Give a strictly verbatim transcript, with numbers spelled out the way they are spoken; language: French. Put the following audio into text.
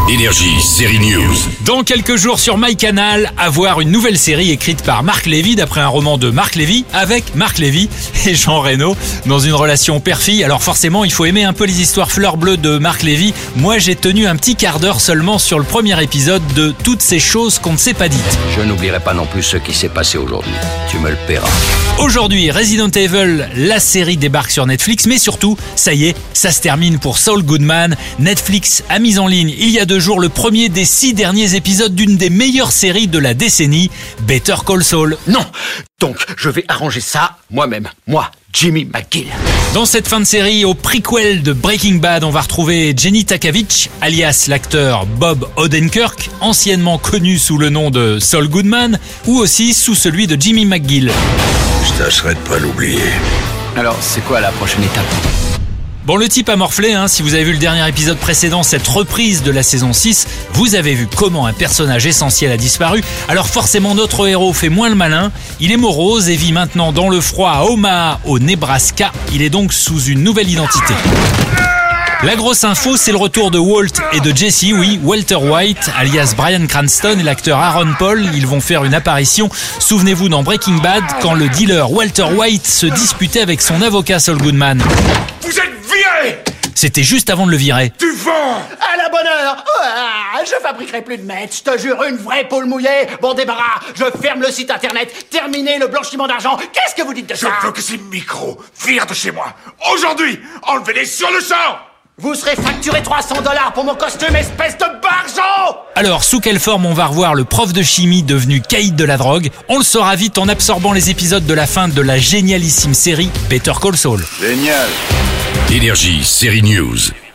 Énergie, série News. Dans quelques jours sur MyCanal, à voir une nouvelle série écrite par Marc Lévy d'après un roman de Marc Lévy avec Marc Lévy et Jean Reno dans une relation père-fille. Alors forcément, il faut aimer un peu les histoires fleur bleue de Marc Lévy. Moi, j'ai tenu un petit quart d'heure seulement sur le premier épisode de Toutes ces choses qu'on ne s'est pas dites. Je n'oublierai pas non plus ce qui s'est passé aujourd'hui. Tu me le paieras. Aujourd'hui, Resident Evil, la série débarque sur Netflix, mais surtout, ça y est, ça se termine pour Saul Goodman. Netflix a mis en ligne il y a deux jours le premier des six derniers épisodes d'une des meilleures séries de la décennie, Better Call Saul. Non. Donc, je vais arranger ça moi-même. Moi, Jimmy McGill. Dans cette fin de série, au prequel de Breaking Bad, on va retrouver Jenny Takovich, alias l'acteur Bob Odenkirk, anciennement connu sous le nom de Saul Goodman, ou aussi sous celui de Jimmy McGill. Je tâcherai de pas l'oublier. Alors, c'est quoi la prochaine étape ? Bon, le type a morflé, hein. Si vous avez vu le dernier épisode précédent, cette reprise de la saison six, vous avez vu comment un personnage essentiel a disparu. Alors forcément, notre héros fait moins le malin. Il est morose et vit maintenant dans le froid à Omaha, au Nebraska. Il est donc sous une nouvelle identité. La grosse info, c'est le retour de Walt et de Jesse, oui, Walter White, alias Bryan Cranston et l'acteur Aaron Paul. Ils vont faire une apparition, souvenez-vous, dans Breaking Bad, quand le dealer Walter White se disputait avec son avocat Saul Goodman. Vous êtes viré! C'était juste avant de le virer. Tu vends! À la bonne heure! Ah, je fabriquerai plus de mètres, je te jure, une vraie poule mouillée. Bon débarras, je ferme le site internet, terminé le blanchiment d'argent. Qu'est-ce que vous dites de Je ça? veux que ces micros virent de chez moi. Aujourd'hui, enlevez-les sur le champ! Vous serez facturé trois cents dollars pour mon costume, espèce de barjot! Alors, sous quelle forme on va revoir le prof de chimie devenu caïd de la drogue? On le saura vite en absorbant les épisodes de la fin de la génialissime série Better Call Saul. Génial. Énergie, série News.